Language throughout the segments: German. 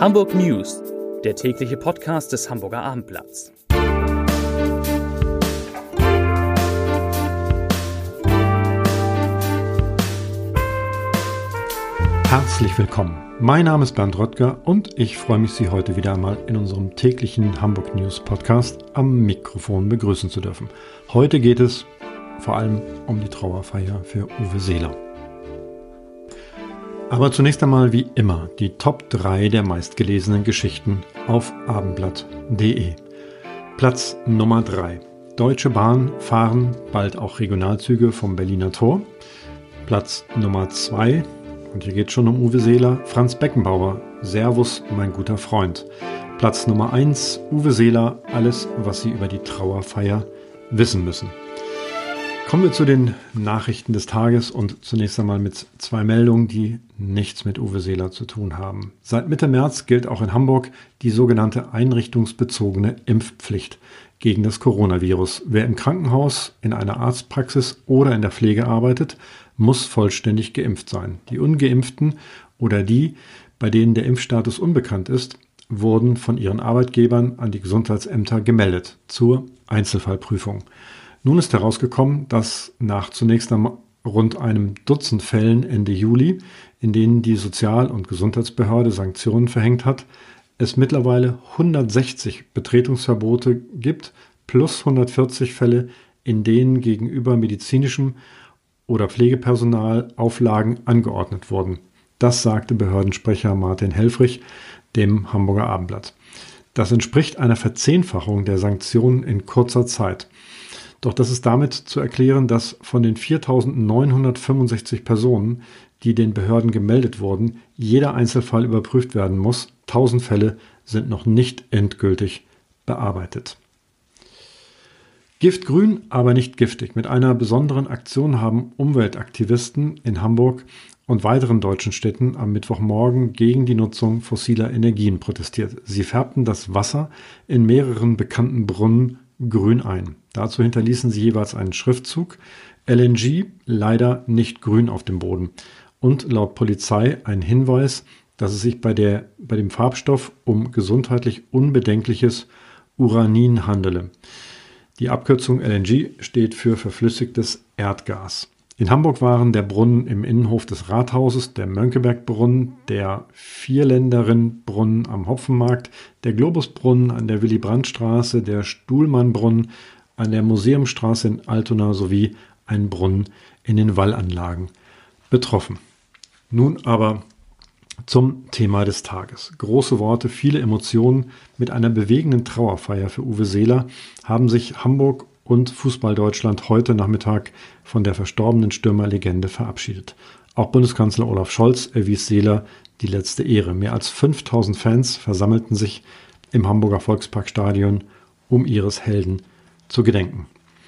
Hamburg News, der tägliche Podcast des Hamburger Abendblatts. Herzlich willkommen. Mein Name ist Bernd Röttger und ich freue mich, Sie heute wieder einmal in unserem täglichen Hamburg News Podcast am Mikrofon begrüßen zu dürfen. Heute geht es vor allem um die Trauerfeier für Uwe Seeler. Aber zunächst einmal wie immer die Top 3 der meistgelesenen Geschichten auf abendblatt.de. Platz Nummer 3. Deutsche Bahn fahren bald auch Regionalzüge vom Berliner Tor. Platz Nummer 2. Und hier geht es schon um Uwe Seeler. Franz Beckenbauer, Servus, mein guter Freund. Platz Nummer 1, Uwe Seeler, alles, was Sie über die Trauerfeier wissen müssen. Kommen wir zu den Nachrichten des Tages und zunächst einmal mit 2 Meldungen, die nichts mit Uwe Seeler zu tun haben. Seit Mitte März gilt auch in Hamburg die sogenannte einrichtungsbezogene Impfpflicht gegen das Coronavirus. Wer im Krankenhaus, in einer Arztpraxis oder in der Pflege arbeitet, muss vollständig geimpft sein. Die Ungeimpften oder die, bei denen der Impfstatus unbekannt ist, wurden von ihren Arbeitgebern an die Gesundheitsämter gemeldet zur Einzelfallprüfung. Nun ist herausgekommen, dass nach zunächst rund einem Dutzend Fällen Ende Juli, in denen die Sozial- und Gesundheitsbehörde Sanktionen verhängt hat, es mittlerweile 160 Betretungsverbote gibt, plus 140 Fälle, in denen gegenüber medizinischem oder Pflegepersonal Auflagen angeordnet wurden. Das sagte Behördensprecher Martin Helfrich dem Hamburger Abendblatt. Das entspricht einer Verzehnfachung der Sanktionen in kurzer Zeit. Doch das ist damit zu erklären, dass von den 4.965 Personen, die den Behörden gemeldet wurden, jeder Einzelfall überprüft werden muss. 1.000 Fälle sind noch nicht endgültig bearbeitet. Giftgrün, aber nicht giftig. Mit einer besonderen Aktion haben Umweltaktivisten in Hamburg und weiteren deutschen Städten am Mittwochmorgen gegen die Nutzung fossiler Energien protestiert. Sie färbten das Wasser in mehreren bekannten Brunnen grün ein. Dazu hinterließen sie jeweils einen Schriftzug, LNG leider nicht grün auf dem Boden. Und laut Polizei ein Hinweis, dass es sich bei dem Farbstoff um gesundheitlich unbedenkliches Uranin handele. Die Abkürzung LNG steht für verflüssigtes Erdgas. In Hamburg waren der Brunnen im Innenhof des Rathauses, der Mönckeberg-Brunnen, der Vierländerin-Brunnen am Hopfenmarkt, der Globusbrunnen an der Willy-Brandt-Straße, der Stuhlmann-Brunnen an der Museumstraße in Altona sowie ein Brunnen in den Wallanlagen betroffen. Nun aber zum Thema des Tages. Große Worte, viele Emotionen. Mit einer bewegenden Trauerfeier für Uwe Seeler haben sich Hamburg und Fußball-Deutschland heute Nachmittag von der verstorbenen Stürmerlegende verabschiedet. Auch Bundeskanzler Olaf Scholz erwies Seeler die letzte Ehre. Mehr als 5.000 Fans versammelten sich im Hamburger Volksparkstadion, um ihres Helden zu gedenken.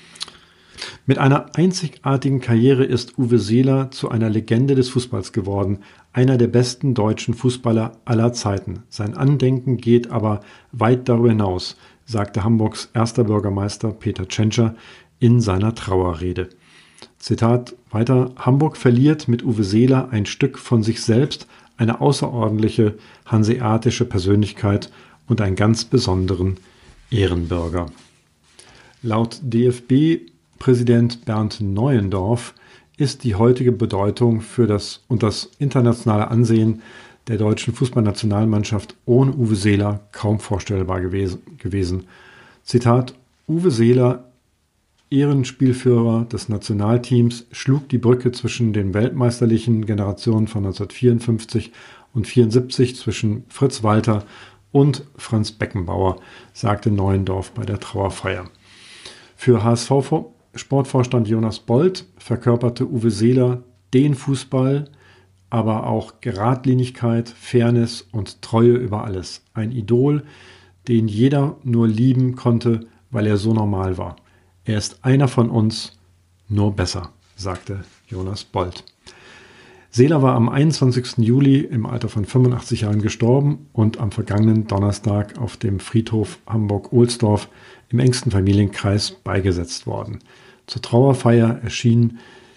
Mit einer einzigartigen Karriere ist Uwe Seeler zu einer Legende des Fußballs geworden, einer der besten deutschen Fußballer aller Zeiten. Sein Andenken geht aber weit darüber hinaus, sagte Hamburgs erster Bürgermeister Peter Tschentscher in seiner Trauerrede. Zitat weiter: Hamburg verliert mit Uwe Seeler ein Stück von sich selbst, eine außerordentliche hanseatische Persönlichkeit und einen ganz besonderen Ehrenbürger. Laut DFB-Präsident Bernd Neuendorf ist die heutige Bedeutung für das internationale Ansehen der deutschen Fußballnationalmannschaft ohne Uwe Seeler kaum vorstellbar gewesen. Zitat: Uwe Seeler, Ehrenspielführer des Nationalteams, schlug die Brücke zwischen den weltmeisterlichen Generationen von 1954 und 1974 zwischen Fritz Walter und Franz Beckenbauer, sagte Neuendorf bei der Trauerfeier. Für HSV-Sportvorstand Jonas Bold verkörperte Uwe Seeler den Fußball, aber auch Geradlinigkeit, Fairness und Treue über alles. Ein Idol, den jeder nur lieben konnte, weil er so normal war. Er ist einer von uns, nur besser, sagte Jonas Bold. Seeler war am 21. Juli im Alter von 85 Jahren gestorben und am vergangenen Donnerstag auf dem Friedhof Hamburg-Ohlsdorf im engsten Familienkreis beigesetzt worden. Zur Trauerfeier erschienen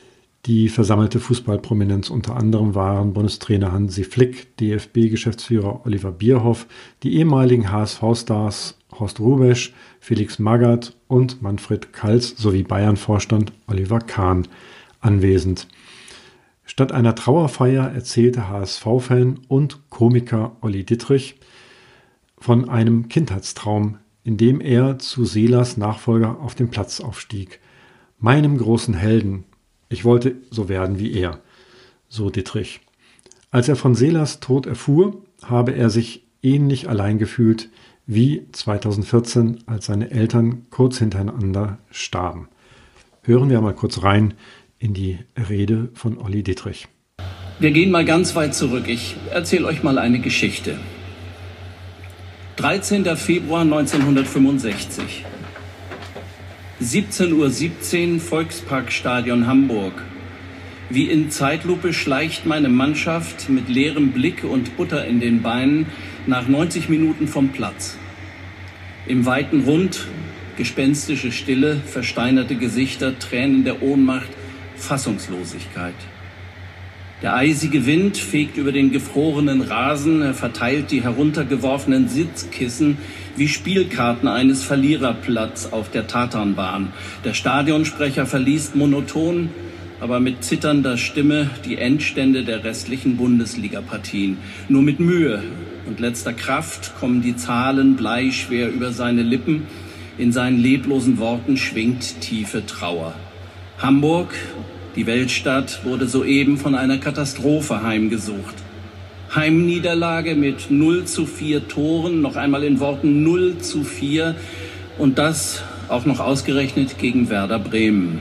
Die versammelte Fußballprominenz unter anderem waren Bundestrainer Hansi Flick, DFB-Geschäftsführer Oliver Bierhoff, die ehemaligen HSV-Stars Horst Hrubesch, Felix Magath und Manfred Kals sowie Bayern-Vorstand Oliver Kahn anwesend. Statt einer Trauerfeier erzählte HSV-Fan und Komiker Olli Dittrich von einem Kindheitstraum, in dem er zu Seelers Nachfolger auf den Platz aufstieg. Meinem großen Helden. Ich wollte so werden wie er, so Dittrich. Als er von Seelers Tod erfuhr, habe er sich ähnlich allein gefühlt wie 2014, als seine Eltern kurz hintereinander starben. Hören wir mal kurz rein in die Rede von Olli Dittrich. Wir gehen mal ganz weit zurück. Ich erzähle euch mal eine Geschichte. 13. Februar 1965. 17:17 Uhr, Volksparkstadion Hamburg. Wie in Zeitlupe schleicht meine Mannschaft mit leerem Blick und Butter in den Beinen nach 90 Minuten vom Platz. Im weiten Rund gespenstische Stille, versteinerte Gesichter, Tränen der Ohnmacht, Fassungslosigkeit. Der eisige Wind fegt über den gefrorenen Rasen, er verteilt die heruntergeworfenen Sitzkissen wie Spielkarten eines Verliererplatz auf der Tatanbahn. Der Stadionsprecher verliest monoton, aber mit zitternder Stimme die Endstände der restlichen Bundesliga-Partien. Nur mit Mühe und letzter Kraft kommen die Zahlen bleischwer über seine Lippen. In seinen leblosen Worten schwingt tiefe Trauer. Hamburg, die Weltstadt, wurde soeben von einer Katastrophe heimgesucht. Heimniederlage mit 0:4 Toren, noch einmal in Worten 0:4 und das auch noch ausgerechnet gegen Werder Bremen.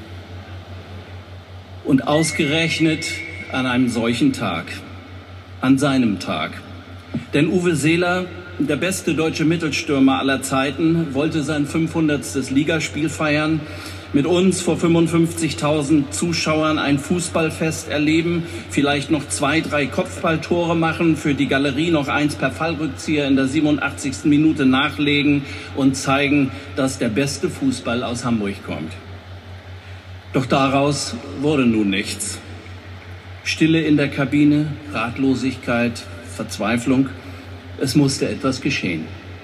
Und ausgerechnet an einem solchen Tag, an seinem Tag. Denn Uwe Seeler, der beste deutsche Mittelstürmer aller Zeiten, wollte sein 500. Ligaspiel feiern, mit uns vor 55.000 Zuschauern ein Fußballfest erleben, vielleicht noch 2, 3 Kopfballtore machen, für die Galerie noch 1 per Fallrückzieher in der 87. Minute nachlegen und zeigen, dass der beste Fußball aus Hamburg kommt. Doch daraus wurde nun nichts. Stille in der Kabine, Ratlosigkeit, Verzweiflung. Es musste etwas geschehen.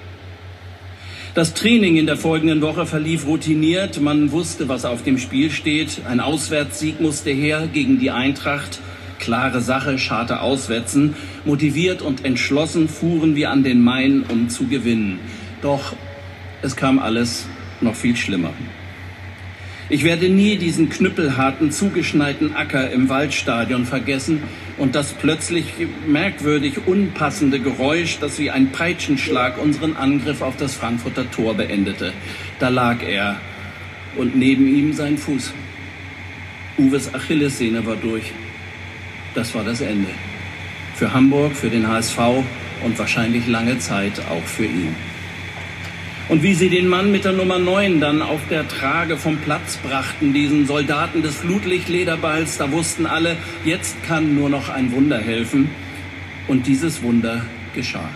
Das Training in der folgenden Woche verlief routiniert. Man wusste, was auf dem Spiel steht. Ein Auswärtssieg musste her gegen die Eintracht. Klare Sache, Scharte auswetzen. Motiviert und entschlossen fuhren wir an den Main, um zu gewinnen. Doch es kam alles noch viel schlimmer. Ich werde nie diesen knüppelharten, zugeschneiten Acker im Waldstadion vergessen und das plötzlich merkwürdig unpassende Geräusch, das wie ein Peitschenschlag unseren Angriff auf das Frankfurter Tor beendete. Da lag er und neben ihm sein Fuß. Uwes Achillessehne war durch. Das war das Ende. Für Hamburg, für den HSV und wahrscheinlich lange Zeit auch für ihn. Und wie sie den Mann mit der Nummer 9 dann auf der Trage vom Platz brachten, diesen Soldaten des Flutlichtlederballs, da wussten alle, jetzt kann nur noch ein Wunder helfen. Und dieses Wunder geschah.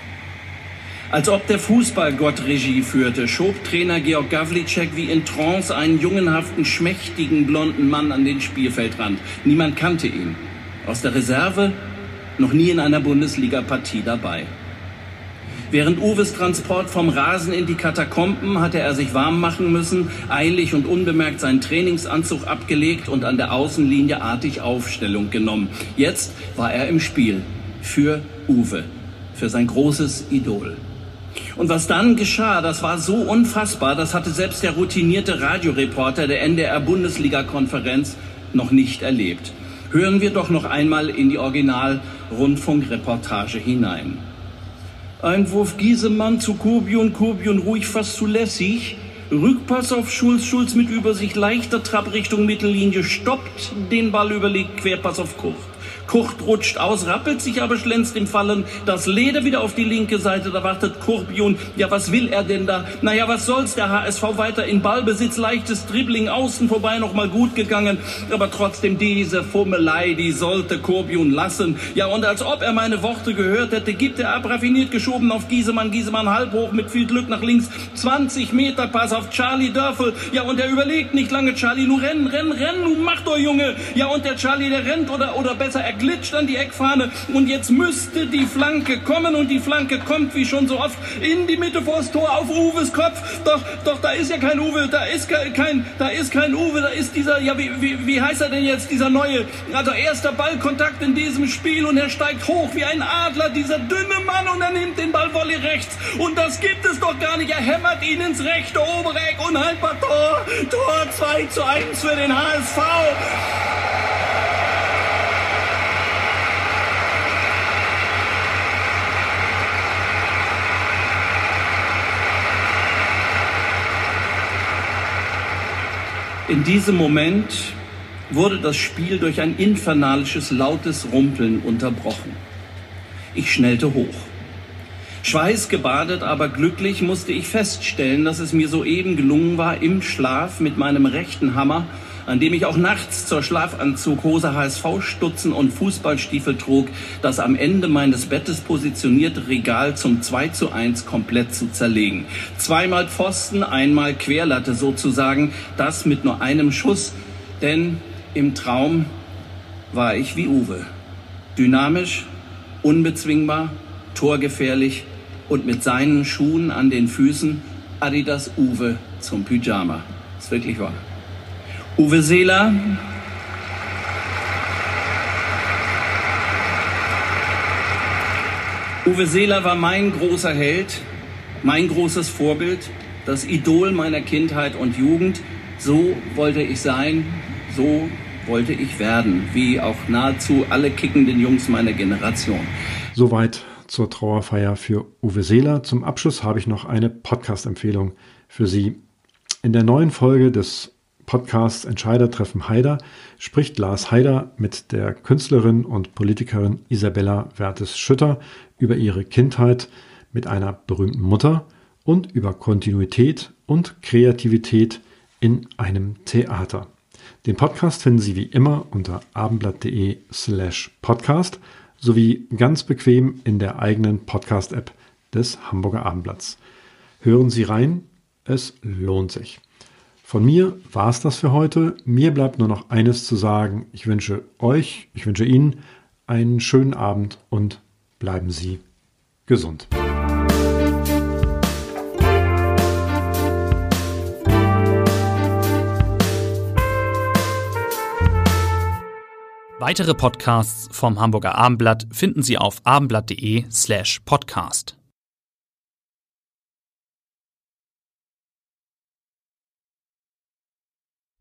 Als ob der Fußballgott Regie führte, schob Trainer Georg Gawlicek wie in Trance einen jungenhaften, schmächtigen, blonden Mann an den Spielfeldrand. Niemand kannte ihn. Aus der Reserve, noch nie in einer Bundesliga-Partie dabei. Während Uwes Transport vom Rasen in die Katakomben hatte er sich warm machen müssen, eilig und unbemerkt seinen Trainingsanzug abgelegt und an der Außenlinie artig Aufstellung genommen. Jetzt war er im Spiel. Für Uwe. Für sein großes Idol. Und was dann geschah, das war so unfassbar, das hatte selbst der routinierte Radioreporter der NDR-Bundesliga-Konferenz noch nicht erlebt. Hören wir doch noch einmal in die Original-Rundfunkreportage hinein. Einwurf Giesemann zu Kurbion ruhig fast zulässig. Rückpass auf Schulz mit Übersicht, leichter Trab Richtung Mittellinie, stoppt, den Ball überlegt, Querpass auf Kurt. Kurt rutscht aus, rappelt sich aber schlänzt im Fallen. Das Leder wieder auf die linke Seite, da wartet Kurbion. Ja, was will er denn da? Naja, was soll's? Der HSV weiter in Ballbesitz, leichtes Dribbling, außen vorbei, nochmal gut gegangen. Aber trotzdem diese Fummelei, die sollte Kurbion lassen. Ja, und als ob er meine Worte gehört hätte, gibt er ab, raffiniert geschoben auf Giesemann halb hoch mit viel Glück nach links. 20 Meter Pass auf Charlie Dörfel. Ja, und er überlegt nicht lange, Charlie, nu rennen, nu mach doch, Junge. Ja, und der Charlie, der rennt oder besser, er glitscht an die Eckfahne. Und jetzt müsste die Flanke kommen und die Flanke kommt wie schon so oft in die Mitte vors Tor auf Uwes Kopf. Doch, da ist ja kein Uwe, da ist kein Uwe, da ist dieser, ja, wie heißt er denn jetzt, dieser neue, also erster Ballkontakt in diesem Spiel und er steigt hoch wie ein Adler, dieser dünne Mann, und er nimmt den Ball Volley rechts und das gibt es doch gar nicht, er hämmert ihn ins rechte obere Eck, unhaltbar Tor 2:1 für den HSV. In diesem Moment wurde das Spiel durch ein infernalisches, lautes Rumpeln unterbrochen. Ich schnellte hoch. Schweißgebadet, aber glücklich musste ich feststellen, dass es mir soeben gelungen war, im Schlaf mit meinem rechten Hammer, an dem ich auch nachts zur Schlafanzughose HSV-Stutzen und Fußballstiefel trug, das am Ende meines Bettes positionierte Regal zum 2:1 komplett zu zerlegen. 2-mal Pfosten, 1-mal Querlatte sozusagen, das mit nur einem Schuss, denn im Traum war ich wie Uwe. Dynamisch, unbezwingbar, torgefährlich und mit seinen Schuhen an den Füßen Adidas Uwe zum Pyjama. Ist wirklich wahr. Uwe Seeler war mein großer Held, mein großes Vorbild, das Idol meiner Kindheit und Jugend. So wollte ich sein, so wollte ich werden, wie auch nahezu alle kickenden Jungs meiner Generation. Soweit zur Trauerfeier für Uwe Seeler. Zum Abschluss habe ich noch eine Podcast-Empfehlung für Sie. In der neuen Folge des Podcasts Entscheider treffen Haider spricht Lars Haider mit der Künstlerin und Politikerin Isabella Wertes-Schütter über ihre Kindheit mit einer berühmten Mutter und über Kontinuität und Kreativität in einem Theater. Den Podcast finden Sie wie immer unter abendblatt.de/podcast sowie ganz bequem in der eigenen Podcast-App des Hamburger Abendblatts. Hören Sie rein, es lohnt sich. Von mir war es das für heute. Mir bleibt nur noch eines zu sagen. Ich wünsche Ihnen einen schönen Abend und bleiben Sie gesund. Weitere Podcasts vom Hamburger Abendblatt finden Sie auf abendblatt.de/podcast.